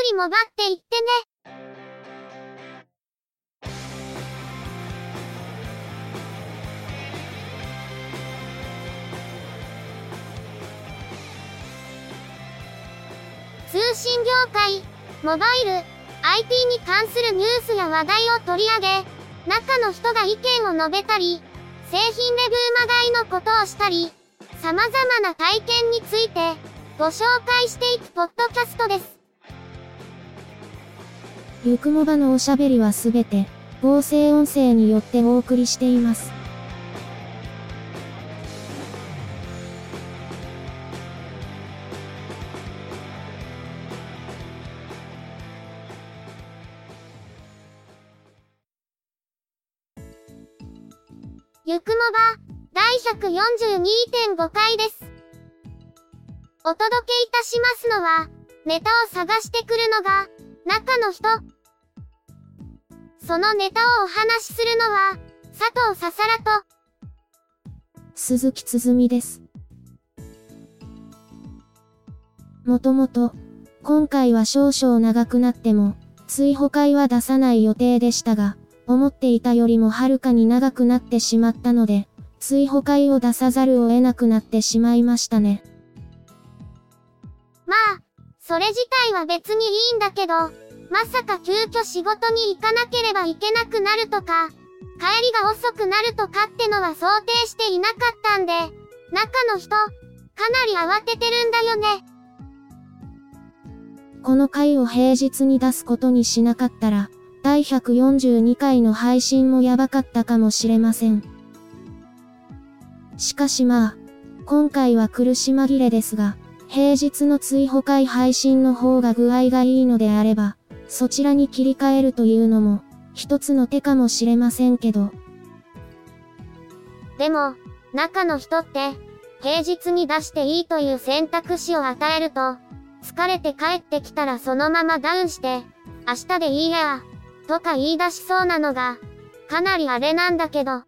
りもばっていってね。通信業界、モバイル、IT に関するニュースや話題を取り上げ、中の人が意見を述べたり、製品レビューまがいのことをしたり、様々な体験についてご紹介していくポッドキャストです。 ゆくもばのおしゃべりはすべて合成音声によってお送りしています。 ゆくもば、第 142.5 回です。お届けいたしますのは、ネタを探してくるのが、中の人。そのネタをお話しするのは、佐藤ささらと、 鈴木つづみです。もともと、今回は少々長くなっても、追放回は出さない予定でしたが、思っていたよりもはるかに長くなってしまったので、追放回を出さざるを得なくなってしまいましたね。 まあ、それ自体は別にいいんだけど、まさか急遽仕事に行かなければいけなくなるとか、帰りが遅くなるとかってのは想定していなかったんで、中の人、かなり慌ててるんだよね。 この回を平日に出すことにしなかったら、第142回の配信もやばかったかもしれません。しかしまあ、今回は苦し紛れですが、平日の追放回配信の方が具合がいいのであれば、そちらに切り替えるというのも、一つの手かもしれませんけど。 でも、中の人って、平日に出していいという選択肢を与えると、疲れて帰ってきたらそのままダウンして、明日でいいや、とか言い出しそうなのが、かなりあれなんだけど。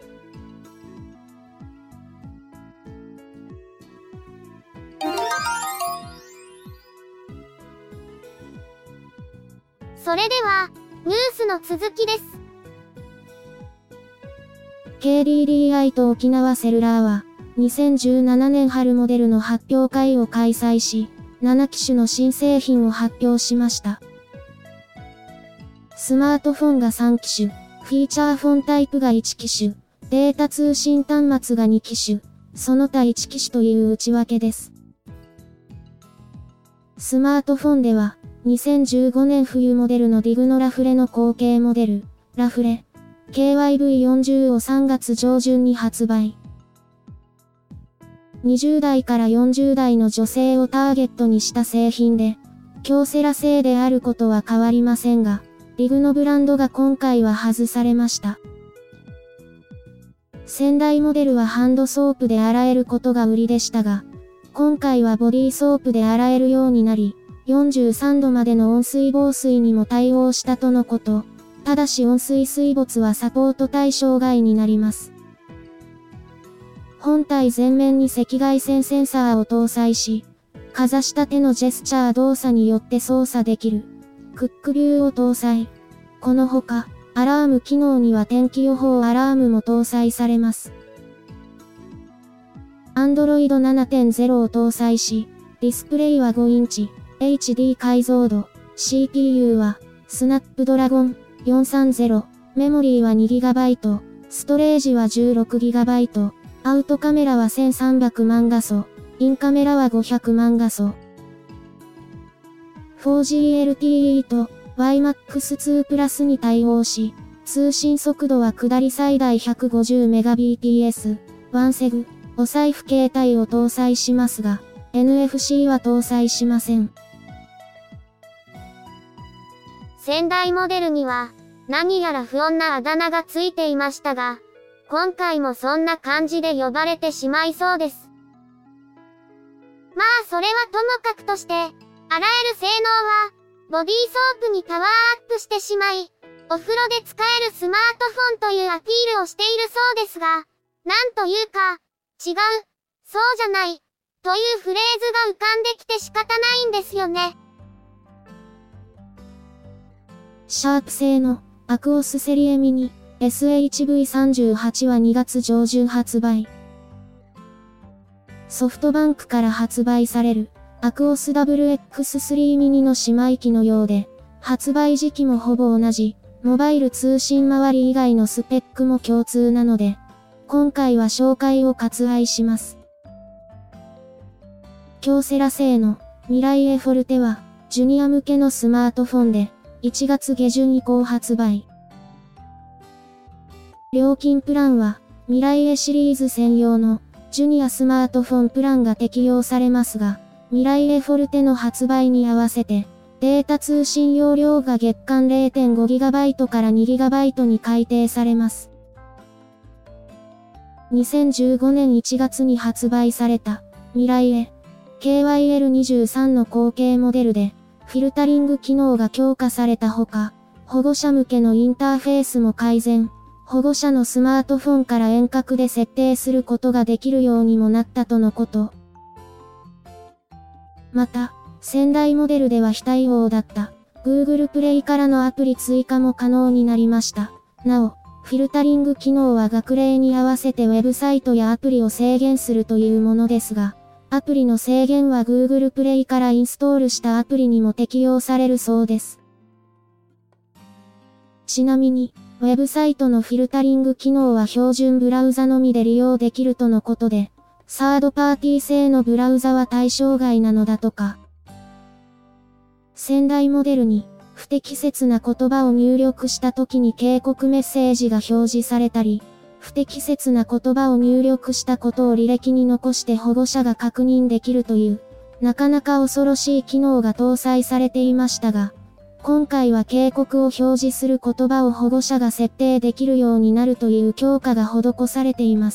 それでは、ニュースの続きです。 KDDI と沖縄セルラーは、2017年春モデルの発表会を開催し、7機種の新製品を発表しました。スマートフォンが3機種、フィーチャーフォンタイプが1機種、データ通信端末が2機種、その他1機種という内訳です。スマートフォンでは、2015年冬モデルのディグのラフレの後継モデル、ラフレ、KYV40 を3月上旬に発売。20代から40代の女性をターゲットにした製品で、京セラ製であることは変わりませんが、ディグのブランドが今回は外されました。先代モデルはハンドソープで洗えることが売りでしたが、今回はボディーソープで洗えるようになり、43度までの温水防水にも対応したとのこと。ただし温水水没はサポート対象外になります。本体前面に赤外線センサーを搭載し、かざした手のジェスチャー動作によって操作できる、クックビューを搭載。このほか、アラーム機能には天気予報アラームも搭載されます。Android 7.0 を搭載し、ディスプレイは5インチ、HD 解像度、CPU は、スナップドラゴン430、メモリーは 2GB、ストレージは 16GB、アウトカメラは1300万画素、インカメラは500万画素。4G LTE と WiMAX2 プラスに対応し、通信速度は下り最大 150Mbps、ワンセグ、お財布携帯を搭載しますが、NFC は搭載しません。 先代モデルには、何やら不穏なあだ名がついていましたが、今回もそんな感じで呼ばれてしまいそうです。まあそれはともかくとして、あらゆる性能は、ボディーソープにパワーアップしてしまい、お風呂で使えるスマートフォンというアピールをしているそうですが、なんというか、違う、そうじゃない、というフレーズが浮かんできて仕方ないんですよね。 シャープ製のアクオスセリエミニ SHV38 は2月上旬発売。ソフトバンクから発売されるアクオス WX3 ミニの姉妹機のようで、発売時期もほぼ同じ、モバイル通信周り以外のスペックも共通なので、今回は紹介を割愛します。京セラ製のミライエフォルテは、ジュニア向けのスマートフォンで、1月下旬以降発売。料金プランは、ミライエシリーズ専用のジュニアスマートフォンプランが適用されますが、ミライエフォルテの発売に合わせて、データ通信容量が月間 0.5GB から 2GB に改定されます。2015年1月に発売されたミライエ KYL23 の後継モデルで、フィルタリング機能が強化されたほか、保護者向けのインターフェースも改善、保護者のスマートフォンから遠隔で設定することができるようにもなったとのこと。また、先代モデルでは非対応だった Google Play からのアプリ追加も可能になりました。なお、フィルタリング機能は学齢に合わせてウェブサイトやアプリを制限するというものですが、アプリの制限は Google Play からインストールしたアプリにも適用されるそうです。ちなみに、ウェブサイトのフィルタリング機能は標準ブラウザのみで利用できるとのことで、サードパーティー製のブラウザは対象外なのだとか。先代モデルに不適切な言葉を入力した時に警告メッセージが表示されたり、不適切な言葉を入力したことを履歴に残して保護者が確認できるという、なかなか恐ろしい機能が搭載されていましたが、今回は警告を表示する言葉を保護者が設定できるようになるという強化が施されています。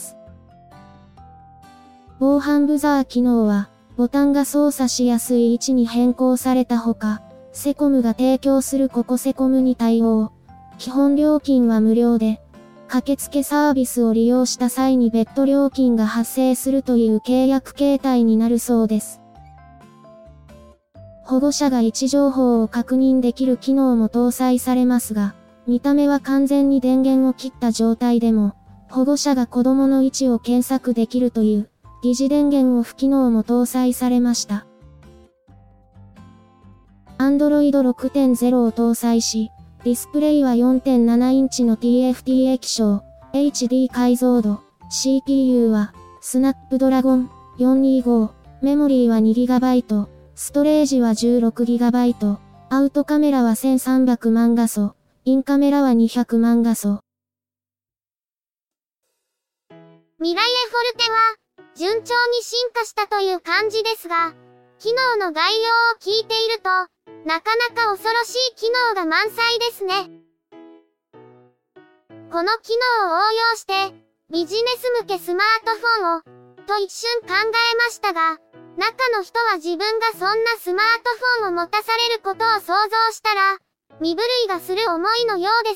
防犯ブザー機能は、ボタンが操作しやすい位置に変更されたほか、セコムが提供するココセコムに対応。基本料金は無料で、駆けつけサービスを利用した際に別途料金が発生するという契約形態になるそうです。保護者が位置情報を確認できる機能も搭載されますが、見た目は完全に電源を切った状態でも、保護者が子供の位置を検索できるという、疑似電源オフ機能も搭載されました。Android 6.0 を搭載し、ディスプレイは 4.7 インチの TFT 液晶、HD 解像度、CPU は、スナップドラゴン425、メモリーは 2GB、ストレージは 16GB、アウトカメラは1300万画素、インカメラは200万画素。 ミライエフォルテは、順調に進化したという感じですが、機能の概要を聞いていると、なかなか恐ろしい機能が満載ですね。この機能を応用して、ビジネス向けスマートフォンを、と一瞬考えましたが、中の人は自分がそんなスマートフォンを持たされることを想像したら、身震いがする思いのようです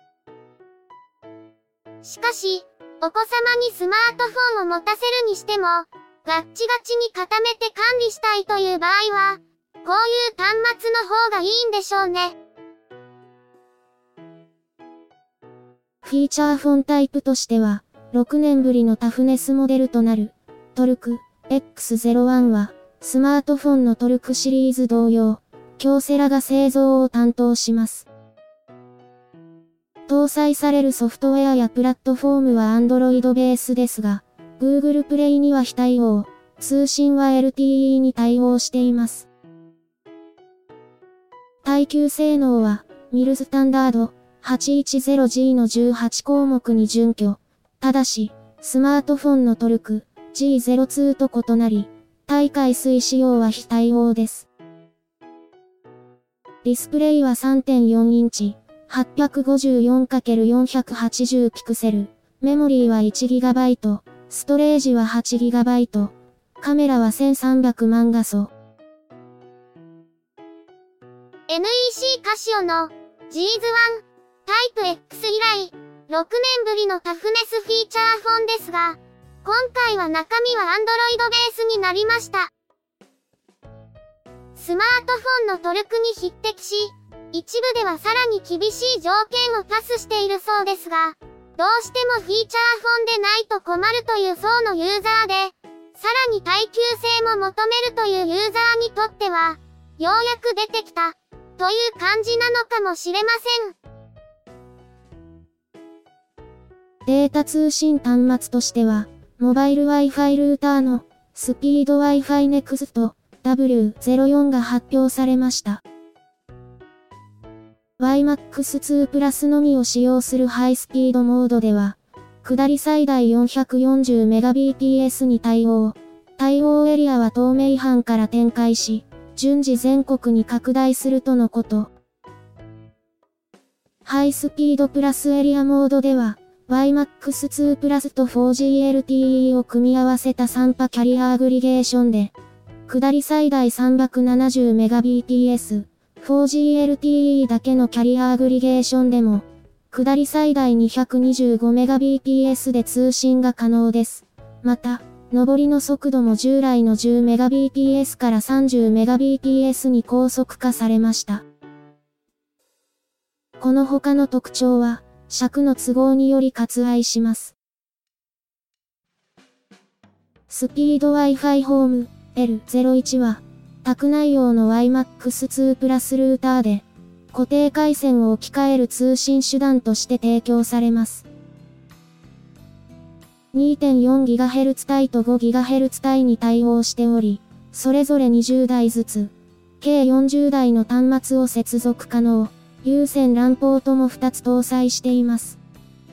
。しかし、お子様にスマートフォンを持たせるにしても、ガッチガチに固めて管理したいという場合は、こういう端末の方がいいんでしょうね。 フィーチャーフォンタイプとしては、6年ぶりのタフネスモデルとなる、トルク X01 は、スマートフォンのトルクシリーズ同様、京セラが製造を担当します。搭載されるソフトウェアやプラットフォームは Android ベースですが、Google Play には非対応、通信は LTE に対応しています。耐久性能は、ミルスタンダード 810G の18項目に準拠。ただし、スマートフォンのトルク G02 と異なり、耐海水仕様は非対応です。ディスプレイは 3.4 インチ、854×480 ピクセル、メモリーは 1GB、ストレージは 8GB、カメラは1300万画素。 NEC カシオの G-Z1 タイプ X 以来、6年ぶりのタフネスフィーチャーフォンですが、今回は中身は Android ベースになりました。スマートフォンのトルクに匹敵し、 一部ではさらに厳しい条件をパスしているそうですが、どうしてもフィーチャーフォンでないと困るという層のユーザーで、さらに耐久性も求めるというユーザーにとっては、ようやく出てきた、という感じなのかもしれません。 データ通信端末としては、モバイル Wi-Fi ルーターのスピード Wi-Fi Next W04 が発表されました。WiMAX2 プラスのみを使用するハイスピードモードでは、下り最大 440Mbps に対応。対応エリアは東名阪から展開し、順次全国に拡大するとのこと。ハイスピードプラスエリアモードでは、WiMAX2 プラスと 4G LTE を組み合わせた3波キャリアアグリゲーションで、下り最大 370Mbps、4G LTE だけのキャリアアグリゲーションでも、下り最大 225Mbps で通信が可能です。また、上りの速度も従来の 10Mbps から 30Mbps に高速化されました。この他の特徴は、尺の都合により割愛します。スピード Wi-Fi ホーム L01 は、宅内用の WiMAX2 プラスルーターで、固定回線を置き換える通信手段として提供されます。2.4GHz 帯と 5GHz 帯に対応しており、それぞれ20台ずつ、計40台の端末を接続可能、有線 LAN ポートも2つ搭載しています。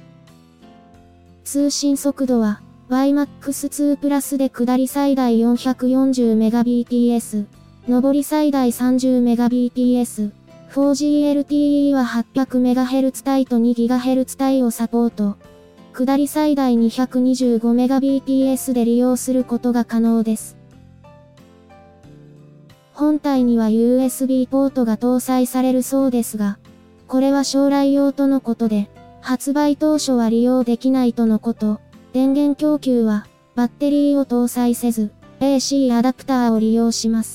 通信速度は、WiMAX2 プラスで下り最大 440Mbps、上り最大 30Mbps、4G LTE は 800MHz 帯と 2GHz 帯をサポート。下り最大 225Mbps で利用することが可能です。本体には USB ポートが搭載されるそうですが、これは将来用とのことで、発売当初は利用できないとのこと。電源供給は、バッテリーを搭載せず、AC アダプターを利用します。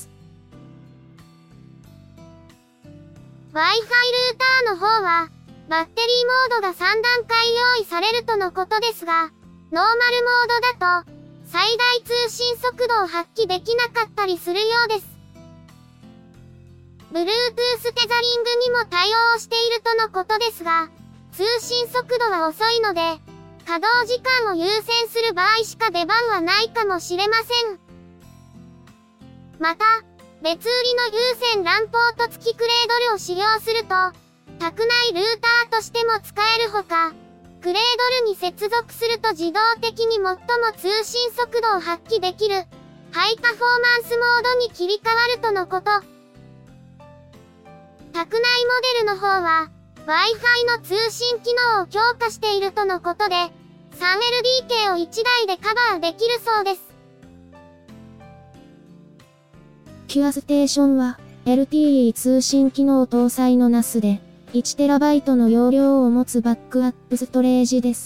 Wi-Fi ルーターの方は、バッテリーモードが3段階用意されるとのことですが、ノーマルモードだと、最大通信速度を発揮できなかったりするようです。Bluetooth テザリングにも対応しているとのことですが、通信速度は遅いので、稼働時間を優先する場合しか出番はないかもしれません。また、別売りの有線 LAN ポート付きクレードルを使用すると、宅内ルーターとしても使えるほか、クレードルに接続すると自動的に最も通信速度を発揮できる、ハイパフォーマンスモードに切り替わるとのこと。宅内モデルの方は、Wi-Fi の通信機能を強化しているとのことで、3LDK を1台でカバーできるそうです。 キュアステーションは、LTE 通信機能搭載の NAS で、1TB の容量を持つバックアップストレージです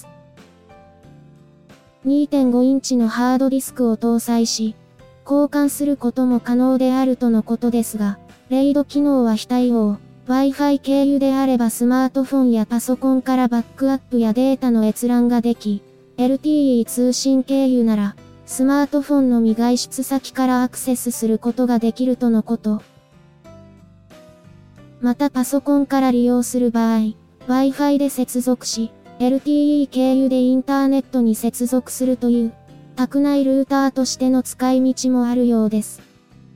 。2.5 インチのハードディスクを搭載し、交換することも可能であるとのことですが、レイド機能は非対応。Wi-Fi 経由であればスマートフォンやパソコンからバックアップやデータの閲覧ができ、LTE 通信経由なら、スマートフォンのみ外出先からアクセスすることができるとのこと。またパソコンから利用する場合、Wi-Fi で接続し、LTE 経由でインターネットに接続するという、宅内ルーターとしての使い道もあるようです。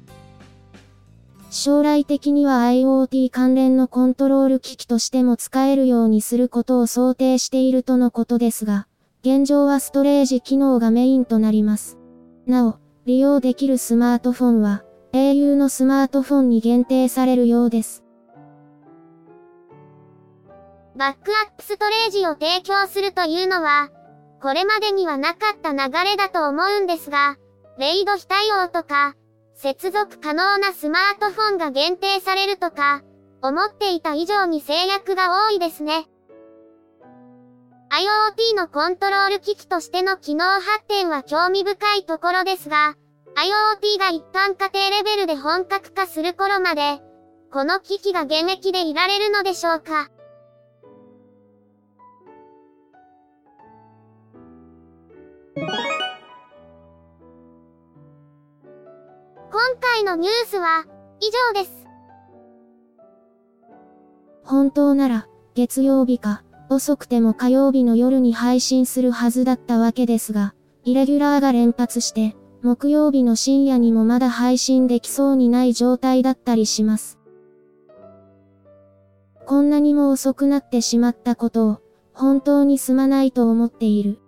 将来的には IoT 関連のコントロール機器としても使えるようにすることを想定しているとのことですが、現状はストレージ機能がメインとなります。なお、利用できるスマートフォンは、au のスマートフォンに限定されるようです。 バックアップストレージを提供するというのは、これまでにはなかった流れだと思うんですが、レイド非対応とか、接続可能なスマートフォンが限定されるとか、思っていた以上に制約が多いですね。IoT のコントロール機器としての機能発展は興味深いところですが、IoT が一般家庭レベルで本格化する頃まで、 この危機が現役でいられるのでしょうか。今回のニュースは以上です。 本当なら月曜日か遅くても火曜日の夜に配信するはずだったわけですが、イレギュラーが連発して木曜日の深夜にもまだ配信できそうにない状態だったりします。こんなにも遅くなってしまったことを本当にすまないと思っている。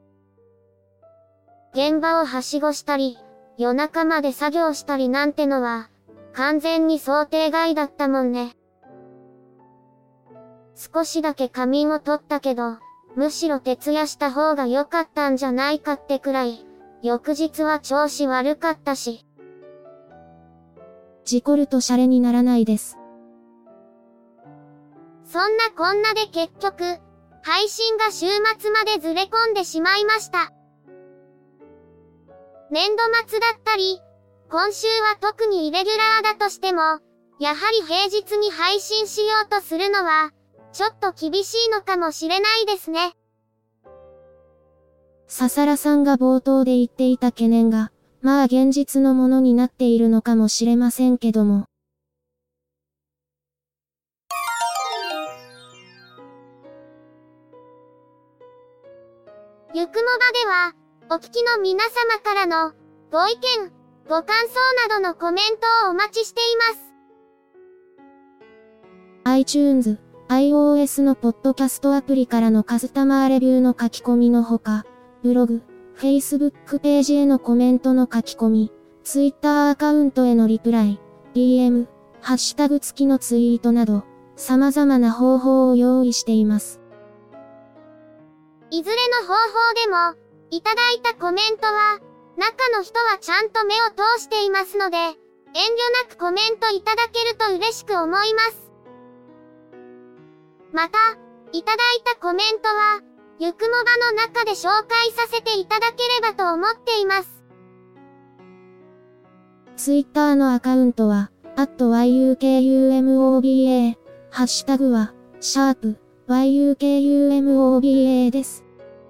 現場をはしごしたり、夜中まで作業したりなんてのは、完全に想定外だったもんね。少しだけ仮眠を取ったけど、むしろ徹夜した方が良かったんじゃないかってくらい、翌日は調子悪かったし。 事故るとシャレにならないです。 そんなこんなで結局、配信が週末までずれ込んでしまいました。年度末だったり、今週は特にイレギュラーだとしても、やはり平日に配信しようとするのは、ちょっと厳しいのかもしれないですね。 笹良さんが冒頭で言っていた懸念が、まあ現実のものになっているのかもしれませんけども。 ゆくもばでは、お聞きの皆様からのご意見、ご感想などのコメントをお待ちしています。 iTunes、iOS のポッドキャストアプリからのカスタマーレビューの書き込みのほか、ブログ、Facebook ページへのコメントの書き込み、Twitter アカウントへのリプライ、DM、ハッシュタグ付きのツイートなど、様々な方法を用意しています。 いずれの方法でも、いただいたコメントは、中の人はちゃんと目を通していますので、遠慮なくコメントいただけると嬉しく思います。また、いただいたコメントは、ゆくもばの中で紹介させていただければと思っています。 Twitter のアカウントは、@yukumoba、ハッシュタグは、#yukumoba です。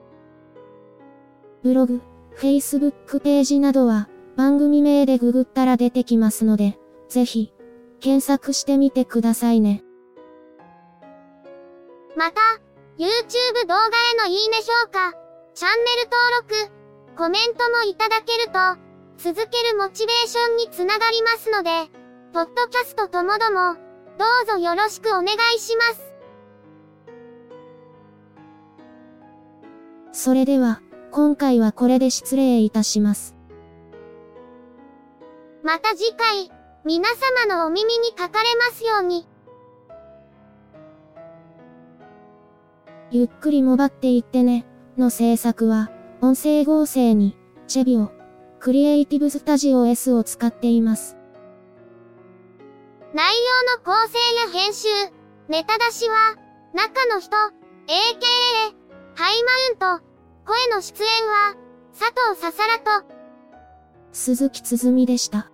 ブログ、Facebook ページなどは、番組名でググったら出てきますので、ぜひ、検索してみてくださいね。 また、YouTube 動画へのいいね評価、チャンネル登録、コメントもいただけると、続けるモチベーションにつながりますので、ポッドキャストともども、どうぞよろしくお願いします。 それでは、今回はこれで失礼いたします。 また次回、皆様のお耳にかかれますように。 ゆっくりもばっていってね、の制作は、音声合成に、チェビオ、クリエイティブスタジオ S を使っています。 内容の構成や編集、ネタ出しは、中の人、AKA、ハイマウント、声の出演は、佐藤ささらと、 鈴木つづみでした。